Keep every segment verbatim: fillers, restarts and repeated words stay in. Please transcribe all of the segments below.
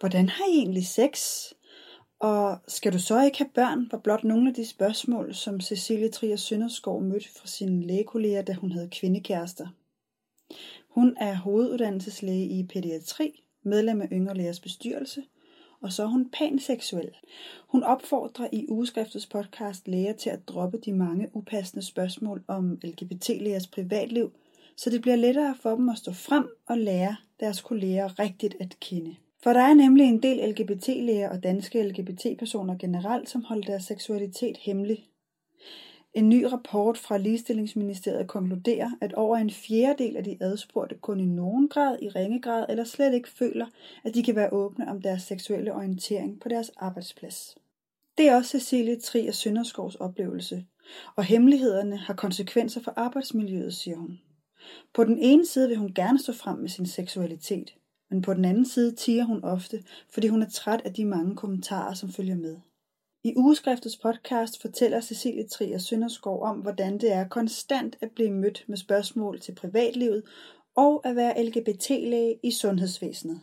Hvordan har I egentlig sex? Og skal du så ikke have børn, var blot nogle af de spørgsmål, som Cecilie Trier Sønderskov mødte fra sine lægekolleger, da hun havde kvindekærester. Hun er hoveduddannelseslæge i pædiatri, medlem af Yngre Lægers bestyrelse, og så er hun panseksuel. Hun opfordrer i Ugeskriftets podcast læger til at droppe de mange upassende spørgsmål om L G B T-lægers privatliv, så det bliver lettere for dem at stå frem og lære deres kolleger rigtigt at kende. For der er nemlig en del L G B T-læger og danske L G B T-personer generelt, som holder deres seksualitet hemmelig. En ny rapport fra Ligestillingsministeriet konkluderer, at over en fjerdedel af de adspurgte kun i nogen grad, i ringe grad eller slet ikke føler, at de kan være åbne om deres seksuelle orientering på deres arbejdsplads. Det er også Cecilie Trier Sønderskovs oplevelse, og hemmelighederne har konsekvenser for arbejdsmiljøet, siger hun. På den ene side vil hun gerne stå frem med sin seksualitet, men på den anden side tier hun ofte, fordi hun er træt af de mange kommentarer, som følger med. I Ugeskriftets podcast fortæller Cecilie Trier Sønderskov om, hvordan det er konstant at blive mødt med spørgsmål til privatlivet og at være L G B T-læge i sundhedsvæsenet.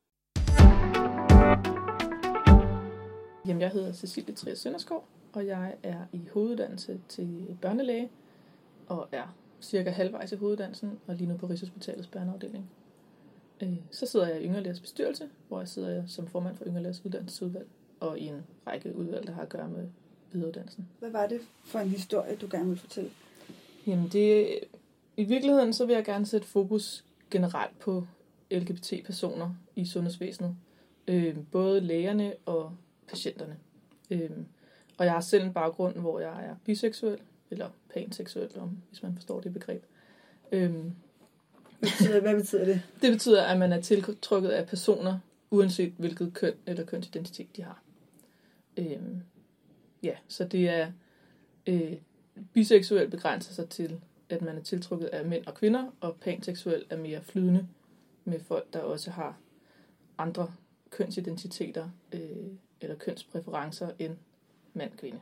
Jamen, jeg hedder Cecilie Trier Sønderskov, og jeg er i hoveduddannelse til børnelæge og er cirka halvvejs i hoveduddannelsen og lige nu på Rigshospitalets børneafdeling. Så sidder jeg i Yngre Lægers bestyrelse, hvor jeg sidder som formand for Yngre Lægers uddannelsesudvalg og i en række udvalg, der har at gøre med videreuddannelsen. Hvad var det for en historie, du gerne vil fortælle? Jamen, det, i virkeligheden så vil jeg gerne sætte fokus generelt på L G B T-personer i sundhedsvæsenet. Øh, både lægerne og patienterne. Øh, og jeg har selv en baggrund, hvor jeg er biseksuel, eller panseksuel, hvis man forstår det begreb. Øh, Hvad betyder det? Det betyder, at man er tiltrukket af personer, uanset hvilket køn eller kønsidentitet de har. Øhm, ja, så det er øh, biseksuel begrænser sig til, at man er tiltrukket af mænd og kvinder, og panseksuel er mere flydende med folk, der også har andre kønsidentiteter øh, eller kønspræferencer end mand og kvinde.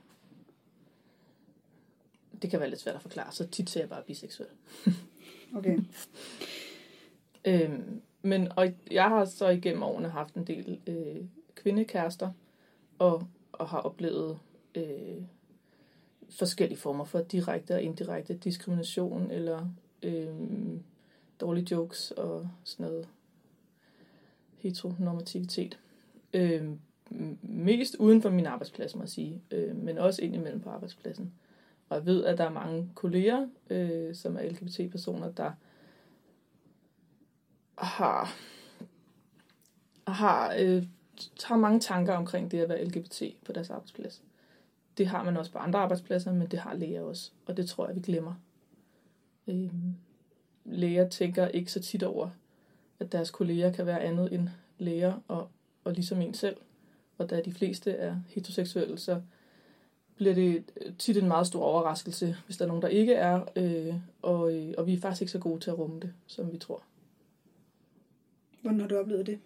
Det kan være lidt svært at forklare, så tit ser jeg bare biseksuel. Okay. øhm, men og jeg har så igennem årene haft en del øh, kvindekærester og, og har oplevet øh, forskellige former for direkte og indirekte diskrimination eller øh, dårlige jokes og sådan noget heteronormativitet. Øh, mest uden for min arbejdsplads, må jeg sige, øh, men også indimellem på arbejdspladsen. Og jeg ved, at der er mange kolleger, øh, som er L G B T-personer, der har, har, øh, har mange tanker omkring det at være L G B T på deres arbejdsplads. Det har man også på andre arbejdspladser, men det har læger også. Og det tror jeg, vi glemmer. Øh, læger tænker ikke så tit over, at deres kolleger kan være andet end læger og, og ligesom en selv. Og da de fleste er heteroseksuelle, så bliver det tit en meget stor overraskelse, hvis der er nogen, der ikke er, øh, og, øh, og vi er faktisk ikke så gode til at rumme det, som vi tror. Hvordan har du oplevet det?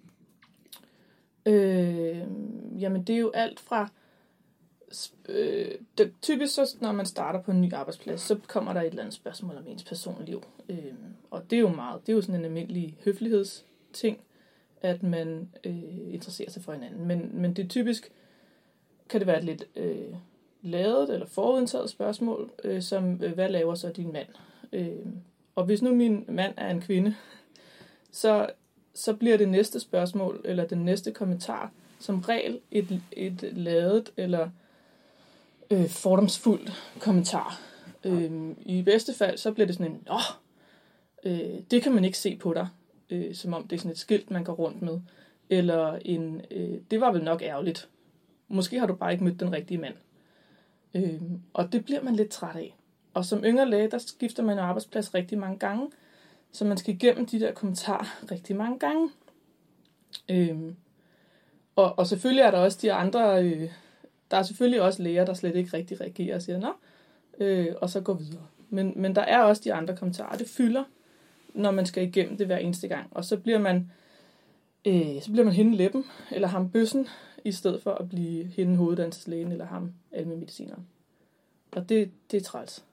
Øh, jamen, det er jo alt fra... Øh, det, typisk, så, når man starter på en ny arbejdsplads, så kommer der et eller andet spørgsmål om ens personliv. Øh, og det er jo meget, det er jo sådan en almindelig høflighedsting, at man øh, interesserer sig for hinanden. Men, men det er typisk... kan det være et lidt øh, lavet eller forudindtaget spørgsmål, øh, som, øh, hvad laver så din mand? Øh, og hvis nu min mand er en kvinde, så, så bliver det næste spørgsmål, eller den næste kommentar, som regel et, et lavet eller øh, fordomsfuldt kommentar. Øh, I bedste fald, så bliver det sådan en, åh, øh, det kan man ikke se på dig, øh, som om det er sådan et skilt, man går rundt med. Eller en, øh, det var vel nok ærgerligt. Måske har du bare ikke mødt den rigtige mand. Øhm, og det bliver man lidt træt af. Og som yngre læge, der skifter man arbejdsplads rigtig mange gange. Så man skal igennem de der kommentarer rigtig mange gange. Øhm, og, og selvfølgelig er der også de andre... Øh, der er selvfølgelig også læger, der slet ikke rigtig reagerer og siger, nå, øh, og så går videre. Men, men der er også de andre kommentarer. Det fylder, når man skal igennem det hver eneste gang. Og så bliver man, øh, så bliver man hende læben, eller ham bøssen, i stedet for at blive hende hoveduddannelseslægen, eller ham almenmedicineren. Og det, det er træls.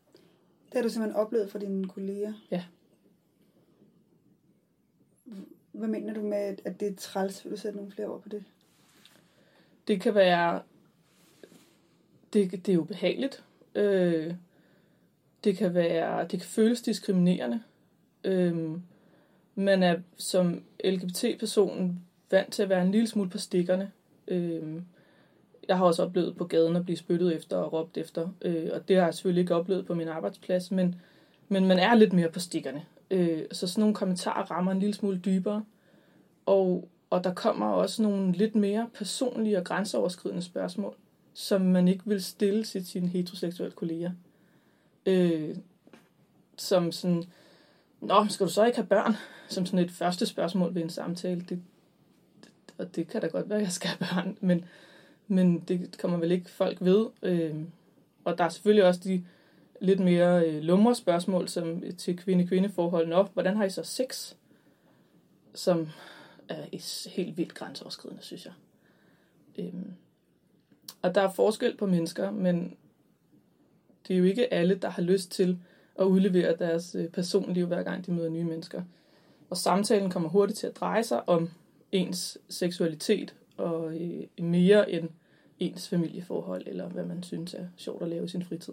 Det har du simpelthen oplevet for dine kolleger? Ja. Hvad mener du med, at det er træls? Vil du sætte nogle flere ord på det? Det kan være... Det, det er ubehageligt. Øh, det kan være... Det kan føles diskriminerende. Øh, man er som L G B T-person vant til at være en lille smule på stikkerne. Øh, jeg har også oplevet på gaden at blive spyttet efter og råbt efter. Øh, og det har jeg selvfølgelig ikke oplevet på min arbejdsplads, men, men man er lidt mere på stikkerne. Øh, så sådan nogle kommentarer rammer en lille smule dybere. Og, og der kommer også nogle lidt mere personlige og grænseoverskridende spørgsmål, som man ikke vil stille til sine heteroseksuelle kolleger. Øh, som sådan, nå, skal du så ikke have børn? Som sådan et første spørgsmål ved en samtale. Det, det, og det kan da godt være, at jeg skal have børn, men, men det kommer vel ikke folk ved. Øh, og der er selvfølgelig også de lidt mere øh, lumre spørgsmål som til kvinde-kvinde-forhold. Nå, hvordan har I så sex? Som er helt vildt grænseoverskridende, synes jeg. Øhm. Og der er forskel på mennesker, men det er jo ikke alle, der har lyst til at udlevere deres personliv, hver gang de møder nye mennesker. Og samtalen kommer hurtigt til at dreje sig om ens seksualitet, og øh, mere end ens familieforhold, eller hvad man synes er sjovt at lave i sin fritid.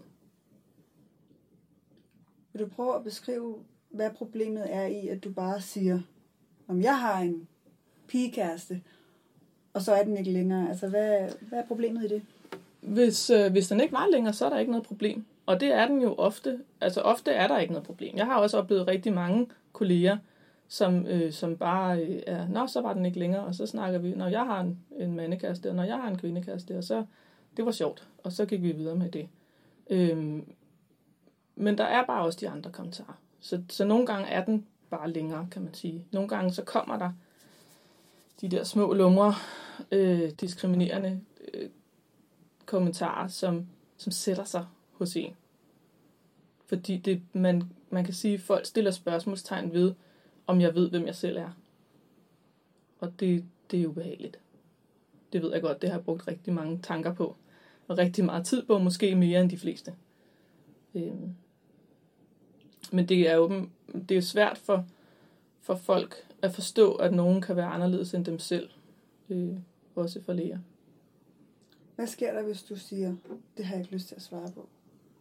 Vil du prøve at beskrive, hvad problemet er i, at du bare siger, om jeg har en pigekæreste, og så er den ikke længere. Altså, hvad, hvad er problemet i det? Hvis, øh, hvis den ikke var længere, så er der ikke noget problem. Og det er den jo ofte. Altså, ofte er der ikke noget problem. Jeg har også oplevet rigtig mange kolleger, som, øh, som bare øh, er, nå, så var den ikke længere, og så snakker vi, når jeg har en, en mandekæreste, og når jeg har en kvindekæreste, og så, det var sjovt, og så gik vi videre med det. Øhm, men der er bare også de andre kommentarer. Så, så nogle gange er den bare længere, kan man sige. Nogle gange så kommer der de der små lumre, øh, diskriminerende øh, kommentarer, som, som sætter sig hos en. Fordi det, man, man kan sige, at folk stiller spørgsmålstegn ved, om jeg ved, hvem jeg selv er. Og det, det er ubehageligt. Det ved jeg godt, det har jeg brugt rigtig mange tanker på. Og rigtig meget tid på, måske mere end de fleste. Øhm. Men det er jo det er svært for, for folk at forstå, at nogen kan være anderledes end dem selv. Øh, også for læger. Hvad sker der, hvis du siger, det har jeg ikke lyst til at svare på?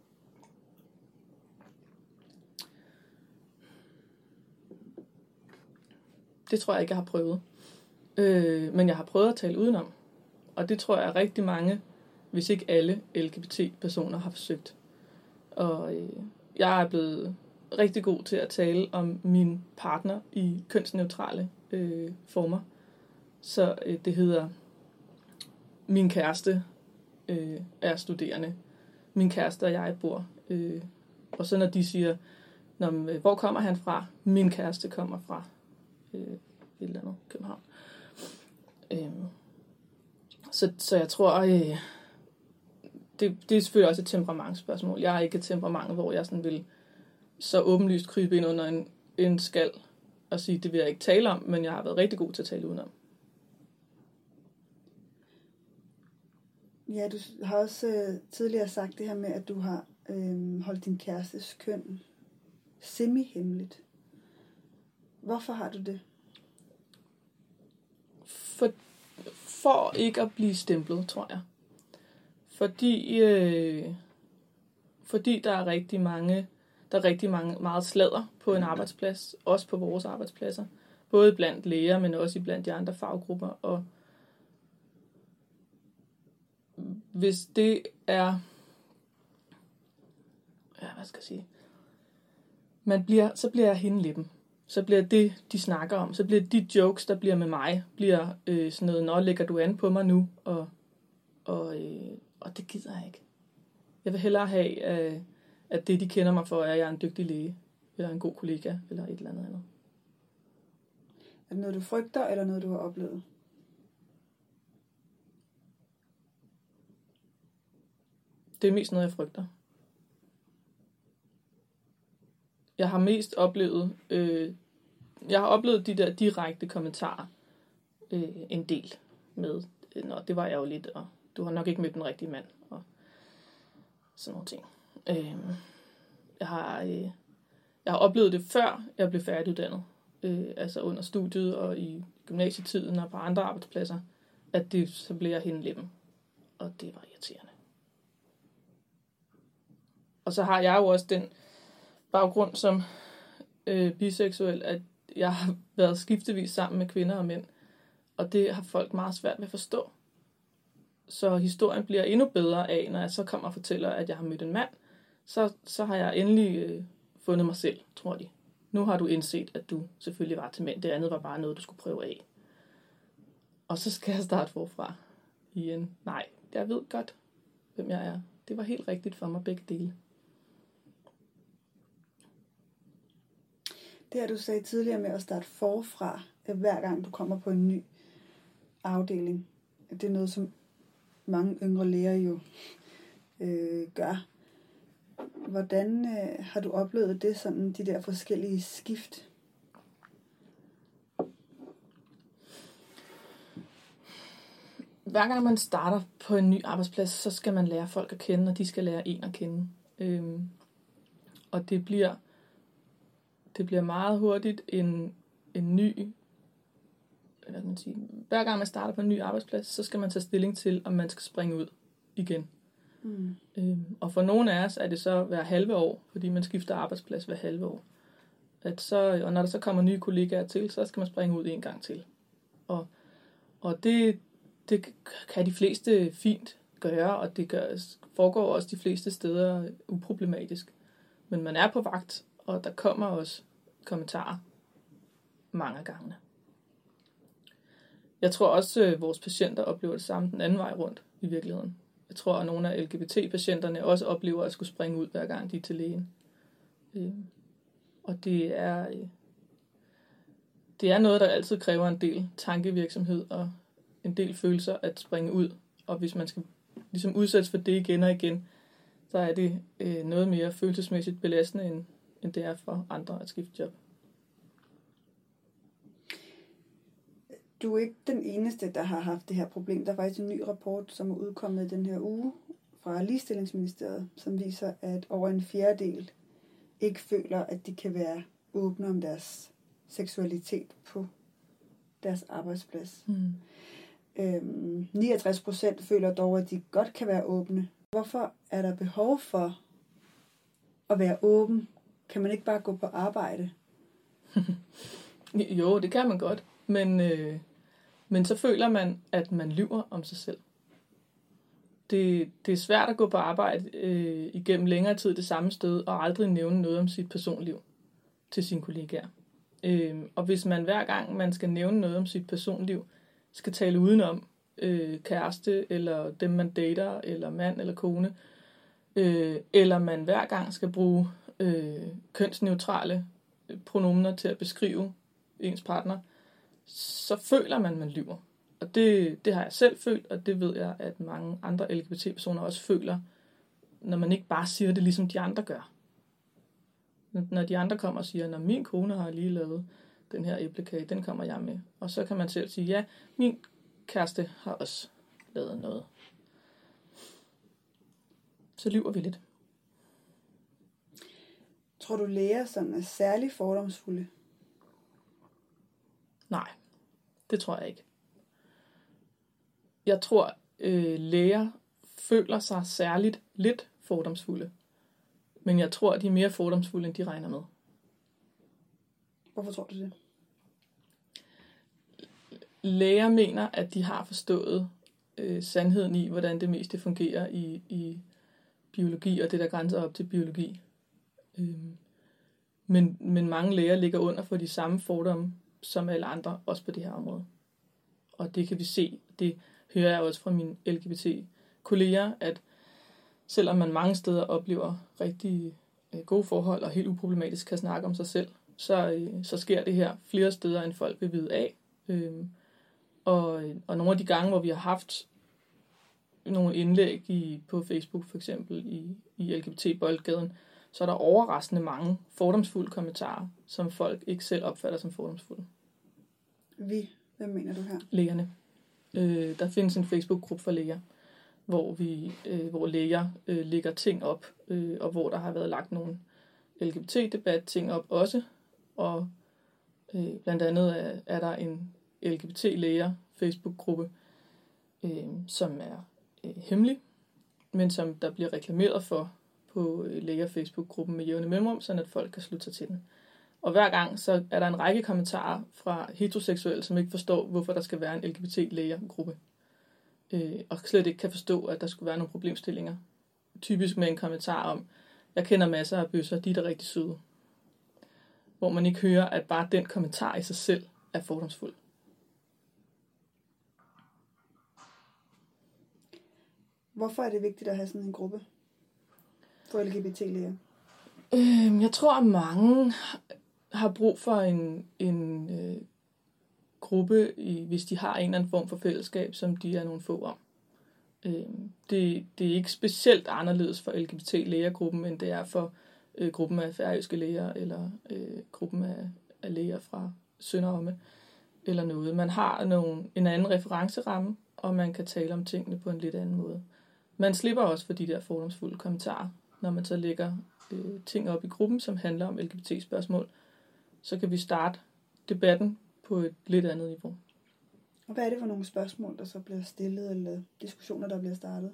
Det tror jeg ikke, jeg har prøvet. Øh, men jeg har prøvet at tale udenom. Og det tror jeg rigtig mange, hvis ikke alle L G B T-personer har forsøgt. Og øh, jeg er blevet rigtig god til at tale om min partner i kønsneutrale øh, former. Så øh, det hedder, min kæreste øh, er studerende. Min kæreste og jeg bor. Øh, og så når de siger, hvor kommer han fra? Min kæreste kommer fra øh, et eller andet København. Øh, så, så jeg tror, øh, det, det er selvfølgelig også et temperamentsspørgsmål. Jeg har ikke et temperament, hvor jeg sådan vil så åbenlyst krybe ind under en, en skal og sige, det vil jeg ikke tale om, men jeg har været rigtig god til at tale udenom. Ja, du har også øh, tidligere sagt det her med, at du har øh, holdt din kærestes køn semi-hemmeligt. Hvorfor har du det? For, for ikke at blive stemplet, tror jeg. Fordi, øh, fordi der er rigtig mange, der er rigtig mange, meget sladder på en arbejdsplads, også på vores arbejdspladser. Både blandt læger, men også blandt de andre faggrupper. Og hvis det er, ja, hvad skal jeg sige, man bliver, så bliver jeg hindelippen. Så bliver det, de snakker om, så bliver de jokes, der bliver med mig, bliver øh, sådan noget, nå, lægger du an på mig nu? Og, og, øh, og det gider jeg ikke. Jeg vil hellere have, øh, at det, de kender mig for, er, at jeg er en dygtig læge, eller en god kollega, eller et eller andet andet. Er det noget, du frygter, eller noget, du har oplevet? Det er mest noget, jeg frygter. Jeg har mest oplevet, øh, jeg har oplevet de der direkte kommentarer øh, en del med, nå, det var ærgerligt, og du har nok ikke mødt den rigtige mand, og sådan nogle ting. Øh, jeg, har, øh, jeg har oplevet det før, jeg blev færdiguddannet. øh, altså under studiet og i gymnasietiden og på andre arbejdspladser, at det så bliver hende lemme. Og det var irriterende. Og så har jeg jo også den baggrund som øh, biseksuel, at jeg har været skiftevis sammen med kvinder og mænd. Og det har folk meget svært ved at forstå. Så historien bliver endnu bedre af, når jeg så kommer og fortæller, at jeg har mødt en mand. Så, så har jeg endelig øh, fundet mig selv, tror de. Nu har du indset, at du selvfølgelig var til mænd. Det andet var bare noget, du skulle prøve af. Og så skal jeg starte forfra igen. Nej, jeg ved godt, hvem jeg er. Det var helt rigtigt for mig begge dele. Det her, du sagde tidligere med at starte forfra, hver gang du kommer på en ny afdeling. Det er noget, som mange yngre læger jo øh, gør. Hvordan øh, har du oplevet det, sådan de der forskellige skift? Hver gang man starter på en ny arbejdsplads, så skal man lære folk at kende, og de skal lære en at kende. Øhm, og det bliver, det bliver meget hurtigt en, en ny... Hvad kan man sige? Hver gang man starter på en ny arbejdsplads, så skal man tage stilling til, om man skal springe ud igen. Mm. Øhm, og for nogle af os er det så hver halve år, fordi man skifter arbejdsplads hver halve år. At så, og når der så kommer nye kollegaer til, så skal man springe ud en gang til. Og, og det, det kan de fleste fint gøre, og det gør, foregår også de fleste steder uproblematisk. Men man er på vagt, og der kommer også kommentarer mange gange. Jeg tror også, at vores patienter oplever det samme den anden vej rundt i virkeligheden. Jeg tror, at nogle af L G B T-patienterne også oplever at skulle springe ud, hver gang de er til lægen. Øh, og det er, øh, det er noget, der altid kræver en del tankevirksomhed og en del følelser at springe ud. Og hvis man skal ligesom udsættes for det igen og igen, så er det øh, noget mere følelsesmæssigt belastende, end, end det er for andre at skifte job. Du er ikke den eneste, der har haft det her problem. Der er faktisk en ny rapport, som er udkommet den her uge fra Ligestillingsministeriet, som viser, at over en fjerdedel ikke føler, at de kan være åbne om deres seksualitet på deres arbejdsplads. Mm. Øhm, niogtres procent føler dog, at de godt kan være åbne. Hvorfor er der behov for at være åben? Kan man ikke bare gå på arbejde? Jo, det kan man godt. Men, øh, men så føler man, at man lyver om sig selv. Det, det er svært at gå på arbejde øh, igennem længere tid det samme sted, og aldrig nævne noget om sit personliv til sine kollegaer. Øh, og hvis man hver gang, man skal nævne noget om sit personliv, skal tale udenom øh, kæreste, eller dem man dater, eller mand eller kone, øh, eller man hver gang skal bruge øh, kønsneutrale pronomener til at beskrive ens partner, så føler man, man lyver. Og det, det har jeg selv følt, og det ved jeg, at mange andre L G B T-personer også føler, når man ikke bare siger det, ligesom de andre gør. Når de andre kommer og siger, når min kone har lige lavet den her æblekage, den kommer jeg med. Og så kan man selv sige, ja, min kæreste har også lavet noget. Så lyver vi lidt. Tror du, læger sådan er særlig fordomsfulde? Nej, det tror jeg ikke. Jeg tror, øh, læger føler sig særligt lidt fordomsfulde. Men jeg tror, de er mere fordomsfulde, end de regner med. Hvorfor tror du det? Læger mener, at de har forstået øh, sandheden i, hvordan det meste fungerer i, i biologi, og det, der grænser op til biologi. Øh, men, men mange læger ligger under for de samme fordomme, som alle andre, også på det her område. Og det kan vi se, det hører jeg også fra mine L G B T-kolleger, at selvom man mange steder oplever rigtig øh, gode forhold og helt uproblematisk kan snakke om sig selv, så, øh, så sker det her flere steder, end folk vil vide af. Øh, og, og nogle af de gange, hvor vi har haft nogle indlæg i, på Facebook for eksempel i, i L G B T-boldgaden, så er der overraskende mange fordomsfulde kommentarer, som folk ikke selv opfatter som fordomsfulde. Vi? Hvad mener du her? Lægerne. Øh, der findes en Facebook-gruppe for læger, hvor vi, øh, hvor læger øh, lægger ting op, øh, og hvor der har været lagt nogle L G B T-debat ting op også, og Øh, blandt andet er, er der en L G B T-læger Facebook-gruppe, øh, som er øh, hemmelig, men som der bliver reklameret for på øh, læger Facebook-gruppen med jævne mellemrum, så at folk kan slutte sig til den. Og hver gang så er der en række kommentarer fra heteroseksuelle, som ikke forstår, hvorfor der skal være en L G B T-lægergruppe. Øh, og slet ikke kan forstå, at der skulle være nogle problemstillinger. Typisk med en kommentar om, jeg kender masser af bøsser, de er da rigtig søde. Hvor man ikke hører, at bare den kommentar i sig selv er fordomsfuld. Hvorfor er det vigtigt at have sådan en gruppe for L G B T-læger? Øh, jeg tror, at mange har brug for en, en øh, gruppe, i, hvis de har en eller anden form for fællesskab, som de er nogle få om. Øh, det, det er ikke specielt anderledes for L G B T-lægergruppen, end det er for øh, gruppen af færøske læger, eller øh, gruppen af, af læger fra Sønderomme, eller noget. Man har nogle, en anden referenceramme, og man kan tale om tingene på en lidt anden måde. Man slipper også for de der fordomsfulde kommentarer, når man så lægger øh, ting op i gruppen, som handler om L G B T-spørgsmål. Så kan vi starte debatten på et lidt andet niveau. Og hvad er det for nogle spørgsmål, der så bliver stillet, eller diskussioner, der bliver startet?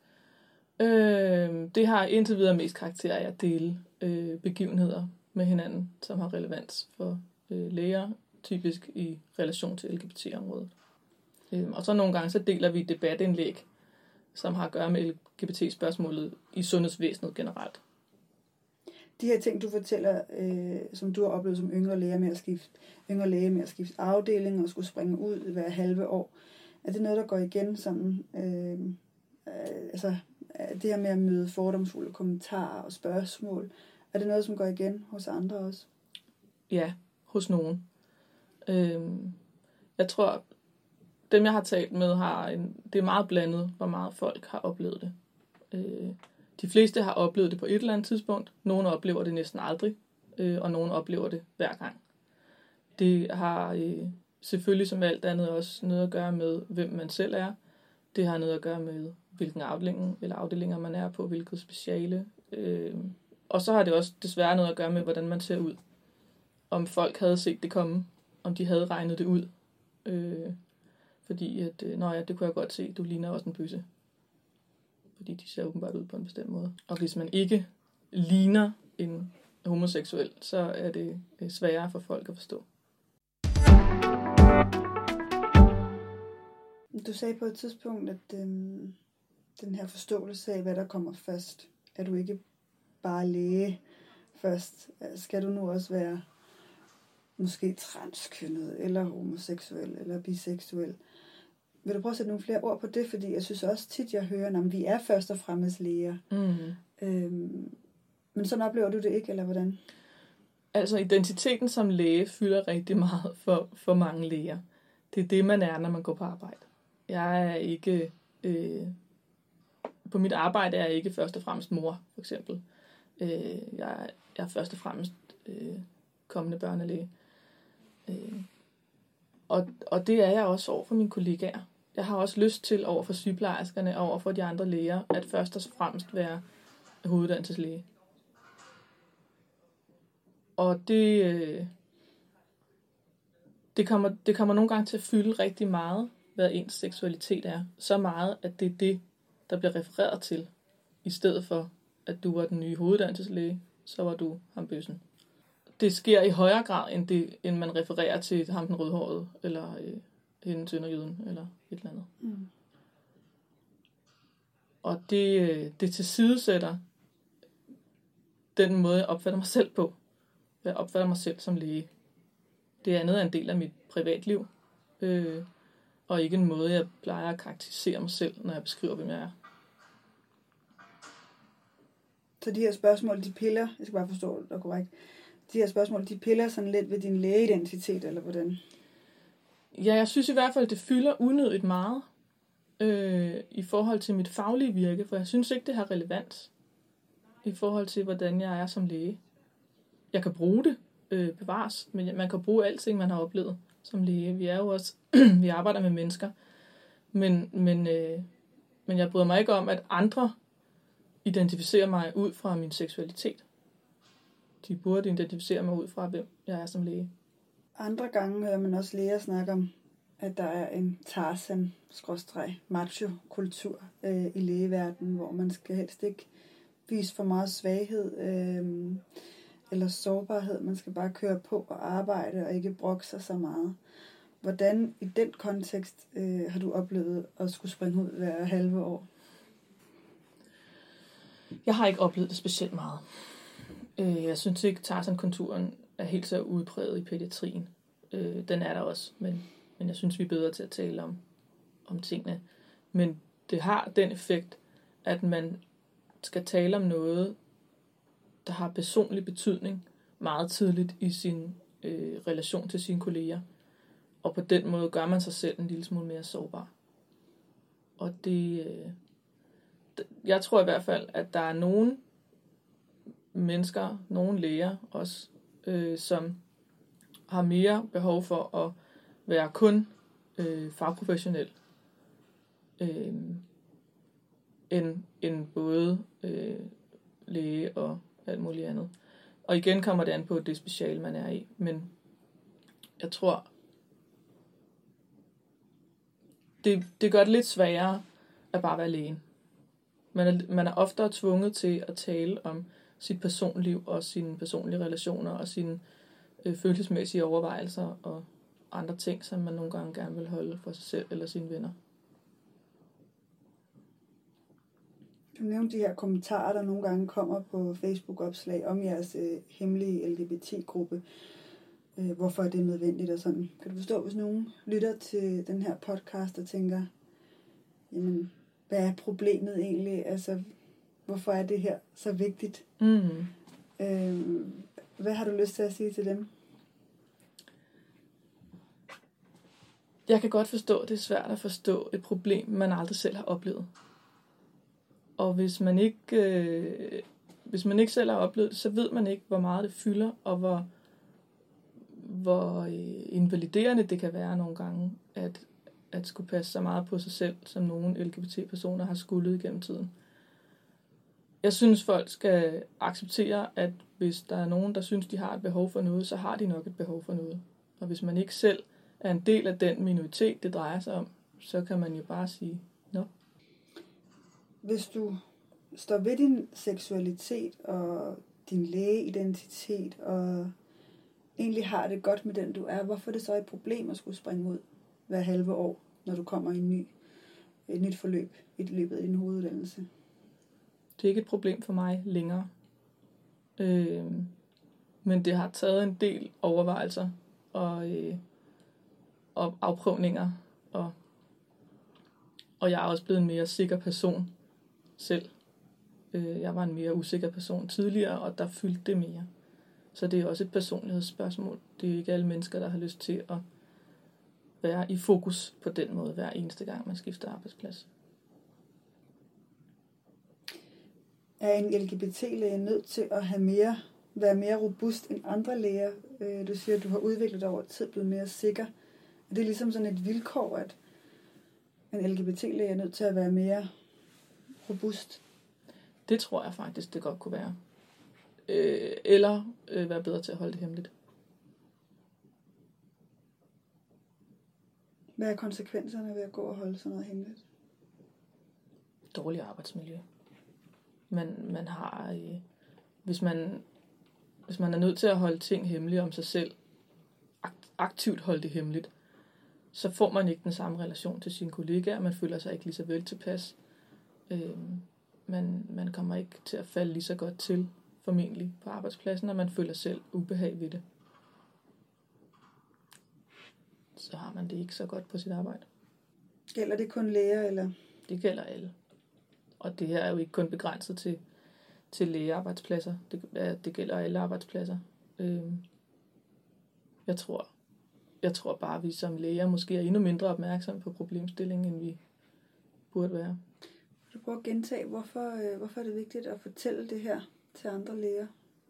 Øh, det har indtil videre mest karakter af at dele øh, begivenheder med hinanden, som har relevans for øh, læger, typisk i relation til L G B T-området. Øh, og så nogle gange så deler vi debatindlæg, som har at gøre med L G B T-spørgsmålet i sundhedsvæsenet generelt. De her ting, du fortæller, øh, som du har oplevet som yngre læge med at skifte, yngre læge med at skifte afdeling og skulle springe ud hver halve år, er det noget, der går igen sådan, øh, øh, altså det her med at møde fordomsfulde kommentarer og spørgsmål, er det noget, som går igen hos andre også? Ja, hos nogen. Øh, jeg tror, dem jeg har talt med, har en, det er meget blandet, hvor meget folk har oplevet det. Øh, De fleste har oplevet det på et eller andet tidspunkt. Nogle oplever det næsten aldrig, øh, og nogle oplever det hver gang. Det har øh, selvfølgelig som alt andet også noget at gøre med, hvem man selv er. Det har noget at gøre med, hvilken afdeling eller afdelinger man er på, hvilket speciale. Øh, og så har det også desværre noget at gøre med, hvordan man ser ud. Om folk havde set det komme, om de havde regnet det ud. Øh, fordi at, øh, nå ja, det kunne jeg godt se, du ligner også en bøsse. Fordi de ser åbenbart ud på en bestemt måde. Og hvis man ikke ligner en homoseksuel, så er det sværere for folk at forstå. Du sagde på et tidspunkt, at øhm, den her forståelse af, hvad der kommer først, er du ikke bare læge først. Skal du nu også være måske transkønnet, eller homoseksuel, eller biseksuel? Vil du prøve at sætte nogle flere ord på det? Fordi jeg synes også tit, jeg hører, at vi er først og fremmest læger. Mm-hmm. Øhm, men sådan oplever du det ikke, eller hvordan? Altså, identiteten som læge fylder rigtig meget for, for mange læger. Det er det, man er, når man går på arbejde. Jeg er ikke... Øh, på mit arbejde er jeg ikke først og fremmest mor, for eksempel. Øh, jeg, jeg er først og fremmest øh, kommende børnelæge. Øh, og, og det er jeg også over for mine kollegaer. Jeg har også lyst til over for sygeplejerskerne og over for de andre læger, at først og fremmest være hoveduddannelseslæge. Og det, øh, det, kommer, det kommer nogle gange til at fylde rigtig meget, hvad ens seksualitet er. Så meget, at det er det, der bliver refereret til. I stedet for, at du var den nye hoveduddannelseslæge, så var du ham bøssen. Det sker i højere grad, end, det, end man refererer til ham den rødhårede, eller øh, hende sønderjyden, eller et eller andet. Mm. Og det, det tilsidesætter den måde, jeg opfatter mig selv på. Jeg opfatter mig selv som læge. Det andet er en del af mit privatliv, øh, og ikke en måde, jeg plejer at karakterisere mig selv, når jeg beskriver, hvem jeg er. Så de her spørgsmål, de piller, jeg skal bare forstå det korrekt, de her spørgsmål, de piller sådan lidt ved din lægeidentitet, eller hvordan? Ja, jeg synes i hvert fald, det fylder unødigt meget øh, i forhold til mit faglige virke, for jeg synes ikke, det har relevans i forhold til, hvordan jeg er som læge. Jeg kan bruge det, øh, bevares, men man kan bruge alting, man har oplevet som læge. Vi er jo også, vi arbejder med mennesker, men, men, øh, men jeg bryder mig ikke om, at andre identificerer mig ud fra min seksualitet. De burde identificere mig ud fra, hvem jeg er som læge. Andre gange hører man også læger snakke om, at der er en Tarzan-macho-kultur øh, i lægeverdenen, hvor man skal helst ikke vise for meget svaghed øh, eller sårbarhed. Man skal bare køre på og arbejde og ikke brokke sig så meget. Hvordan i den kontekst øh, har du oplevet at skulle springe ud hver halve år? Jeg har ikke oplevet det specielt meget. Jeg synes ikke, at Tarzan-kulturen er helt så udpræget i pædiatrien. Den er der også, men, men jeg synes, vi er bedre til at tale om, om tingene. Men det har den effekt, at man skal tale om noget, der har personlig betydning meget tidligt i sin øh, relation til sine kolleger. Og på den måde gør man sig selv en lille smule mere sårbar. Og det... Øh, jeg tror i hvert fald, at der er nogle mennesker, nogle læger også, øh, som har mere behov for at være kun øh, fagprofessionel, øh, end, end både øh, læge og alt muligt andet. Og igen kommer det an på det speciale, man er i. Men jeg tror, det, det gør det lidt sværere at bare være lægen. Man er, man er oftere tvunget til at tale om sit personliv og sine personlige relationer og sine øh, følelsesmæssige overvejelser og andre ting, som man nogle gange gerne vil holde for sig selv eller sine venner. Du nævnte de her kommentarer, der nogle gange kommer på Facebook-opslag om jeres øh, hemmelige L G B T-gruppe. Øh, hvorfor er det nødvendigt og sådan. Kan du forstå, hvis nogen lytter til den her podcast og tænker, jamen, hvad er problemet egentlig? Altså, hvorfor er det her så vigtigt? Mm. Øh, hvad har du lyst til at sige til dem? Jeg kan godt forstå, at det er svært at forstå et problem, man aldrig selv har oplevet. Og hvis man ikke, øh, hvis man ikke selv har oplevet det, så ved man ikke, hvor meget det fylder, og hvor, hvor øh, invaliderende det kan være nogle gange, at, at skulle passe så meget på sig selv, som nogle L G B T-personer har skullet igennem tiden. Jeg synes, folk skal acceptere, at hvis der er nogen, der synes, de har et behov for noget, så har de nok et behov for noget. Og hvis man ikke selv er en del af den minoritet, det drejer sig om, så kan man jo bare sige, nå. Hvis du står ved din seksualitet og din lægeidentitet, og egentlig har det godt med den, du er, hvorfor er det så et problem at skulle springe ud hver halve år, når du kommer i en ny, et nyt forløb i løbet af din hoveduddannelse? Det er ikke et problem for mig længere. Øh, men det har taget en del overvejelser og, øh, og afprøvninger. Og, og jeg er også blevet en mere sikker person selv. Øh, jeg var en mere usikker person tidligere, og der fyldte det mere. Så det er også et personlighedsspørgsmål. Det er ikke alle mennesker, der har lyst til at være i fokus på den måde, hver eneste gang man skifter arbejdsplads. Er en L G B T-læge nødt til at have mere, være mere robust end andre læger? Du siger, at du har udviklet dig over tid, blevet mere sikker. Er det ligesom sådan et vilkår, at en L G B T-læge er nødt til at være mere robust? Det tror jeg faktisk, det godt kunne være. Øh, eller øh, være bedre til at holde det hemmeligt. Hvad er konsekvenserne ved at gå og holde sådan noget hemmeligt? Dårlig arbejdsmiljø. Man, man har, øh, hvis, man, hvis man er nødt til at holde ting hemmelige om sig selv, akt, aktivt holde det hemmeligt, så får man ikke den samme relation til sine kollegaer. Man føler sig ikke lige så vel tilpas. Øh, man, man kommer ikke til at falde lige så godt til, formentlig, på arbejdspladsen, og man føler selv ubehag ved det. Så har man det ikke så godt på sit arbejde. Gælder det kun læger, eller? Det gælder alle. Og det her er jo ikke kun begrænset til, til lægearbejdspladser. Det, det gælder alle arbejdspladser. Øh, jeg tror, jeg tror bare, at vi som læger måske er endnu mindre opmærksomme på problemstillingen, end vi burde være. Vil du prøve at gentage, hvorfor, hvorfor er det vigtigt at fortælle det her til andre læger?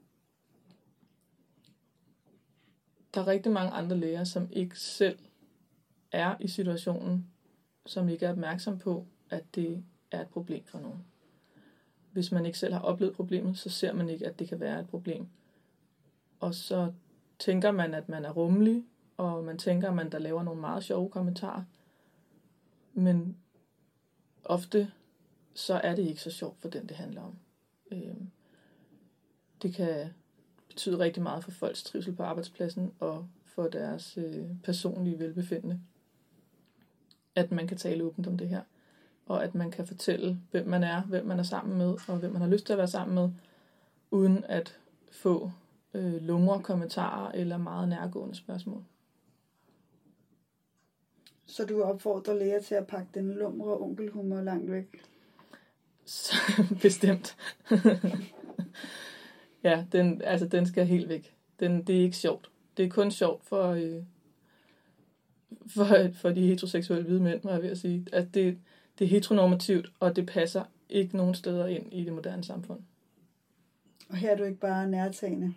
Der er rigtig mange andre læger, som ikke selv er i situationen, som ikke er opmærksom på, at det er et problem for nogen. Hvis man ikke selv har oplevet problemet, så ser man ikke, at det kan være et problem. Og så tænker man, at man er rummelig, og man tænker, at man der laver nogle meget sjove kommentarer. Men ofte så er det ikke så sjovt for den, det handler om. Øh, det kan betyde rigtig meget for folks trivsel på arbejdspladsen og for deres øh, personlige velbefindende, at man kan tale åbent om det her, og at man kan fortælle, hvem man er, hvem man er sammen med, og hvem man har lyst til at være sammen med, uden at få øh, lungre kommentarer eller meget nærgående spørgsmål. Så du opfordrer læger til at pakke den lumre onkelhumor langt væk? Så, bestemt. Ja, den, altså, den skal helt væk. Den, det er ikke sjovt. Det er kun sjovt for, øh, for, for de heteroseksuelle hvide mænd, må jeg ved at sige. At det, det er heteronormativt, og det passer ikke nogen steder ind i det moderne samfund. Og her er du ikke bare nærtagende?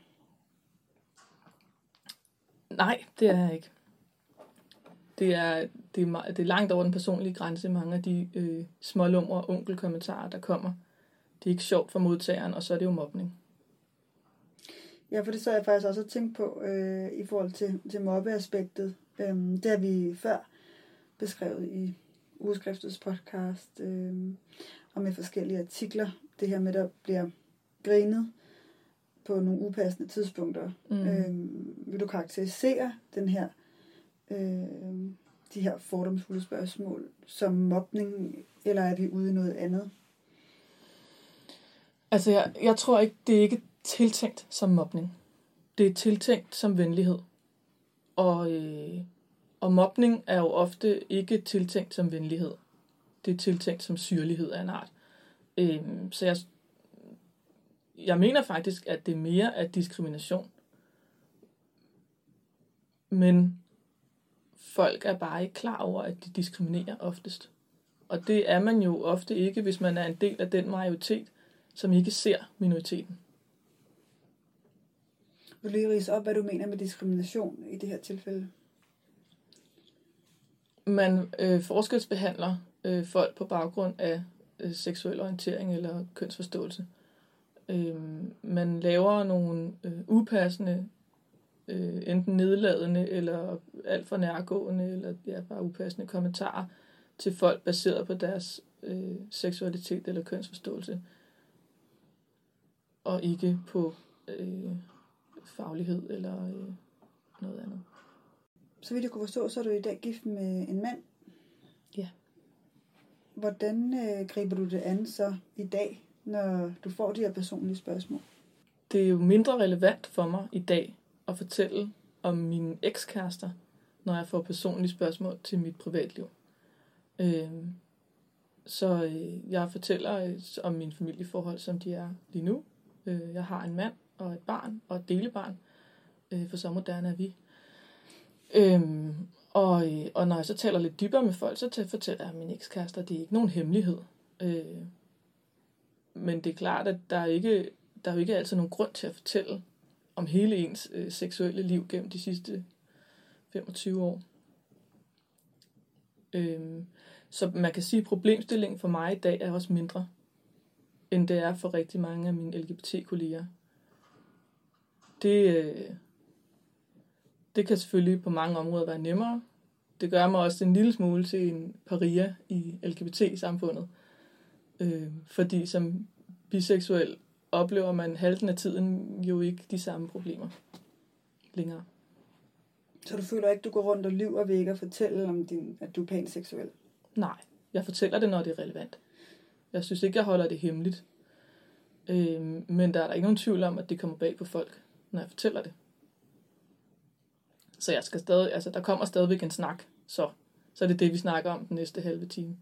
Nej, det er jeg ikke. Det er, det, er, det er langt over den personlige grænse, mange af de øh, smålumre onkelkommentarer, der kommer. Det er ikke sjovt for modtageren, og så er det jo mobning. Ja, for det så jeg faktisk også at tænke på øh, i forhold til, til mobbeaspektet. Øhm, det har vi før beskrevet i Ugeskriftets podcast, øh, og med forskellige artikler. Det her med, at der bliver grinet på nogle upassende tidspunkter. Mm. Øhm, vil du karakterisere den her, øh, de her fordomsfulde spørgsmål som mobning, eller er vi ude i noget andet? Altså, jeg, jeg tror ikke, det er ikke tiltænkt som mobning. Det er tiltænkt som venlighed. Og, øh, og mobning er jo ofte ikke tiltænkt som venlighed. Det er tiltænkt som syrlighed af en art. Øh, så jeg, jeg mener faktisk, at det er mere af diskrimination. Men folk er bare ikke klar over, at de diskriminerer oftest. Og det er man jo ofte ikke, hvis man er en del af den majoritet, som ikke ser minoriteten. Vil du lige ridse op, hvad du mener med diskrimination i det her tilfælde? Man øh, forskelsbehandler øh, folk på baggrund af øh, seksuel orientering eller kønsforståelse. Øh, man laver nogle øh, upassende, øh, enten nedladende eller alt for nærgående, eller ja, bare upassende kommentarer til folk baseret på deres øh, seksualitet eller kønsforståelse. Og ikke på øh, faglighed eller øh, noget andet. Så vidt jeg kunne forstå, så er du i dag gift med en mand. Ja. Hvordan øh, griber du det an så i dag, når du får de her personlige spørgsmål? Det er jo mindre relevant for mig i dag at fortælle om mine ekskærester, når jeg får personlige spørgsmål til mit privatliv. Øh, så øh, jeg fortæller øh, om mine familieforhold, som de er lige nu. Øh, jeg har en mand og et barn og et delebarn, øh, for så moderne er vi. Øhm, og, og når jeg så taler lidt dybere med folk, så fortæller jeg mine ekskærester, det er ikke nogen hemmelighed. Øh, men det er klart, at der er, ikke, der er jo ikke altid nogen grund til at fortælle om hele ens øh, seksuelle liv gennem de sidste femogtyve år. Øh, så man kan sige, at problemstillingen for mig i dag er også mindre, end det er for rigtig mange af mine L G B T-kolleger. Det, øh, det kan selvfølgelig på mange områder være nemmere. Det gør mig også en lille smule til en paria i L G B T-samfundet. Øh, fordi som biseksuel oplever man halvdelen af tiden jo ikke de samme problemer længere. Så du føler ikke, du går rundt og lyver ved ikke at fortælle, om din, at du er panseksuel? Nej, jeg fortæller det, når det er relevant. Jeg synes ikke, jeg holder det hemmeligt. Øh, men der er der ikke nogen tvivl om, at det kommer bag på folk, når jeg fortæller det. Så jeg skal stadig, altså der kommer stadigvæk en snak, så, så er det det, vi snakker om den næste halve time.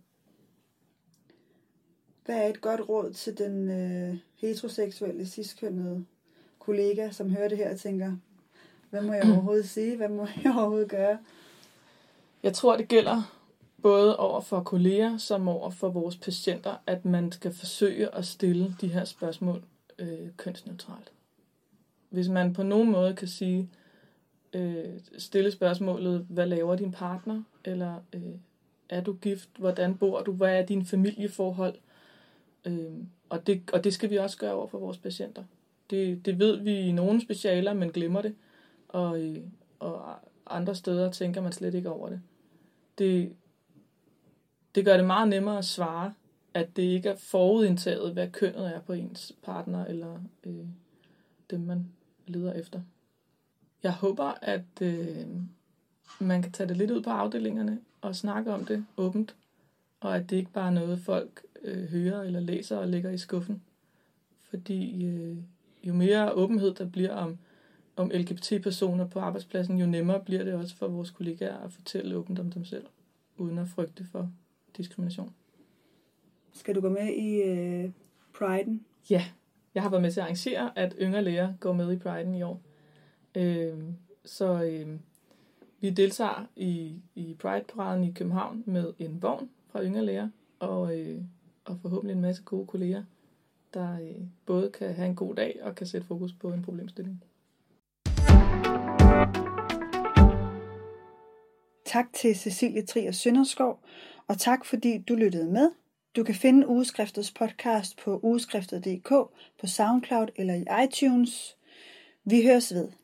Hvad er et godt råd til den øh, heteroseksuelle, cis-kønnede kollega, som hører det her og tænker, hvad må jeg overhovedet sige, hvad må jeg overhovedet gøre? Jeg tror, det gælder både over for kolleger, som over for vores patienter, at man skal forsøge at stille de her spørgsmål øh, kønsneutralt. Hvis man på nogen måde kan sige, øh, stille spørgsmålet, hvad laver din partner, eller øh, er du gift, hvordan bor du, hvad er dine familieforhold, øh, og, det, og det skal vi også gøre over for vores patienter. Det, det ved vi i nogle specialer, men glemmer det, og, øh, og andre steder tænker man slet ikke over det. Det, det gør det meget nemmere at svare, at det ikke er forudindtaget, hvad kønnet er på ens partner, eller øh, dem, man leder efter. Jeg håber, at øh, man kan tage det lidt ud på afdelingerne, og snakke om det åbent, og at det ikke bare er noget, folk øh, hører eller læser og lægger i skuffen. Fordi øh, jo mere åbenhed der bliver om, om L G B T-personer på arbejdspladsen, jo nemmere bliver det også for vores kollegaer at fortælle åbent om dem selv, uden at frygte for diskrimination. Skal du gå med i øh, Pride'en? Ja, jeg har været med til at arrangere, at yngre læger går med i Pride'en i år. Øh, så øh, vi deltager i, i Pride-paraden i København med en vogn fra yngre læger, og, øh, og forhåbentlig en masse gode kolleger, der øh, både kan have en god dag og kan sætte fokus på en problemstilling. Tak til Cecilie Trier Sønderskov, og tak fordi du lyttede med. Du kan finde Ugeskriftets podcast på ugeskriftet punktum d k, på SoundCloud eller i iTunes. Vi høres ved.